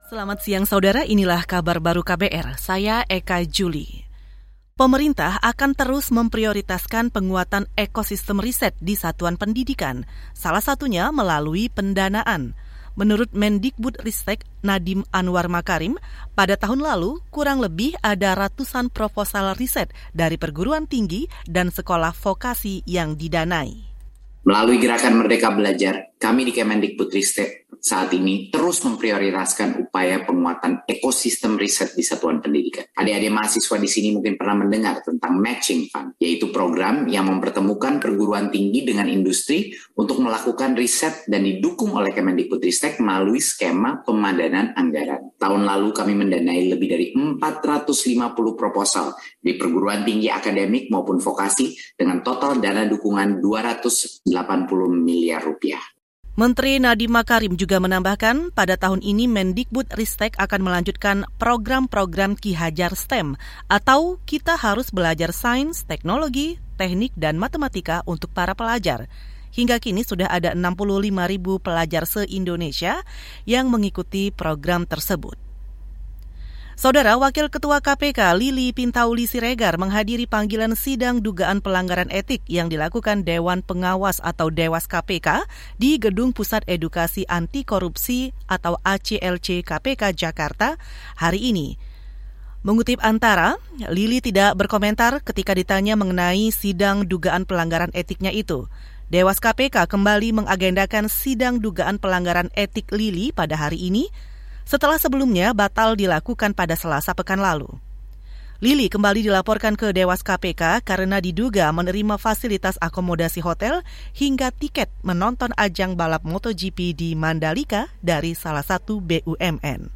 Selamat siang saudara, inilah kabar baru KBR, saya Eka Juli. Pemerintah akan terus memprioritaskan penguatan ekosistem riset di satuan pendidikan, salah satunya melalui pendanaan. Menurut Mendikbudristek Nadiem Anwar Makarim, pada tahun lalu kurang lebih ada ratusan proposal riset dari perguruan tinggi dan sekolah vokasi yang didanai. Melalui gerakan Merdeka Belajar, kami di Kemendikbudristek saat ini terus memprioritaskan upaya penguatan ekosistem riset di satuan pendidikan. Adik-adik mahasiswa di sini mungkin pernah mendengar tentang Matching Fund, yaitu program yang mempertemukan perguruan tinggi dengan industri untuk melakukan riset dan didukung oleh Kemendikbudristek melalui skema pemadanan anggaran. Tahun lalu kami mendanai lebih dari 450 proposal di perguruan tinggi akademik maupun vokasi dengan total dana dukungan 280 miliar rupiah. Menteri Nadiem Makarim juga menambahkan, pada tahun ini Mendikbudristek akan melanjutkan program-program Ki Hajar STEM atau kita harus belajar sains, teknologi, teknik, dan matematika untuk para pelajar. Hingga kini sudah ada 65.000 pelajar se-Indonesia yang mengikuti program tersebut. Saudara, Wakil Ketua KPK Lili Pintauli Siregar menghadiri panggilan sidang dugaan pelanggaran etik yang dilakukan Dewan Pengawas atau Dewas KPK di Gedung Pusat Edukasi Anti Korupsi atau ACLC KPK Jakarta hari ini. Mengutip Antara, Lili tidak berkomentar ketika ditanya mengenai sidang dugaan pelanggaran etiknya itu. Dewas KPK kembali mengagendakan sidang dugaan pelanggaran etik Lili pada hari ini, setelah sebelumnya batal dilakukan pada Selasa pekan lalu. Lili kembali dilaporkan ke Dewas KPK karena diduga menerima fasilitas akomodasi hotel hingga tiket menonton ajang balap MotoGP di Mandalika dari salah satu BUMN.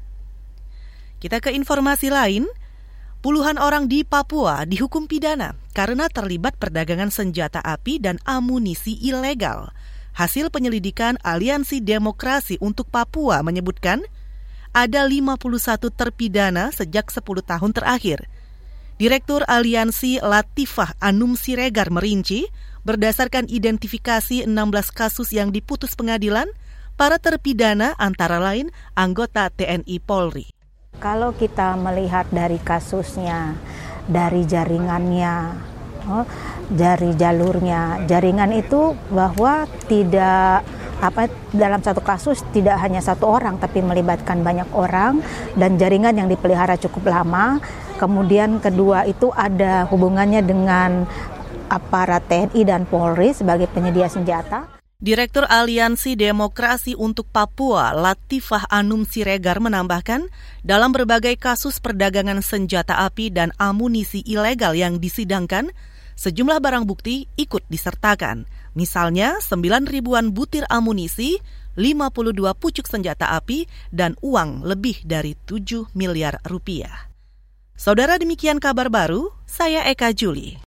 Kita ke informasi lain. Puluhan orang di Papua dihukum pidana karena terlibat perdagangan senjata api dan amunisi ilegal. Hasil penyelidikan Aliansi Demokrasi untuk Papua menyebutkan ada 51 terpidana sejak 10 tahun terakhir. Direktur Aliansi Latifah Anum Siregar merinci, berdasarkan identifikasi 16 kasus yang diputus pengadilan, para terpidana antara lain anggota TNI Polri. Kalau kita melihat dari kasusnya, dari jaringannya, dari jalurnya, jaringan itu bahwa dalam satu kasus tidak hanya satu orang tapi melibatkan banyak orang dan jaringan yang dipelihara cukup lama. Kemudian kedua itu ada hubungannya dengan aparat TNI dan Polri sebagai penyedia senjata. Direktur Aliansi Demokrasi untuk Papua, Latifah Anum Siregar menambahkan, dalam berbagai kasus perdagangan senjata api dan amunisi ilegal yang disidangkan, sejumlah barang bukti ikut disertakan. Misalnya 9 ribuan butir amunisi, 52 pucuk senjata api, dan uang lebih dari 7 miliar rupiah. Saudara, demikian kabar baru, saya Eka Juli.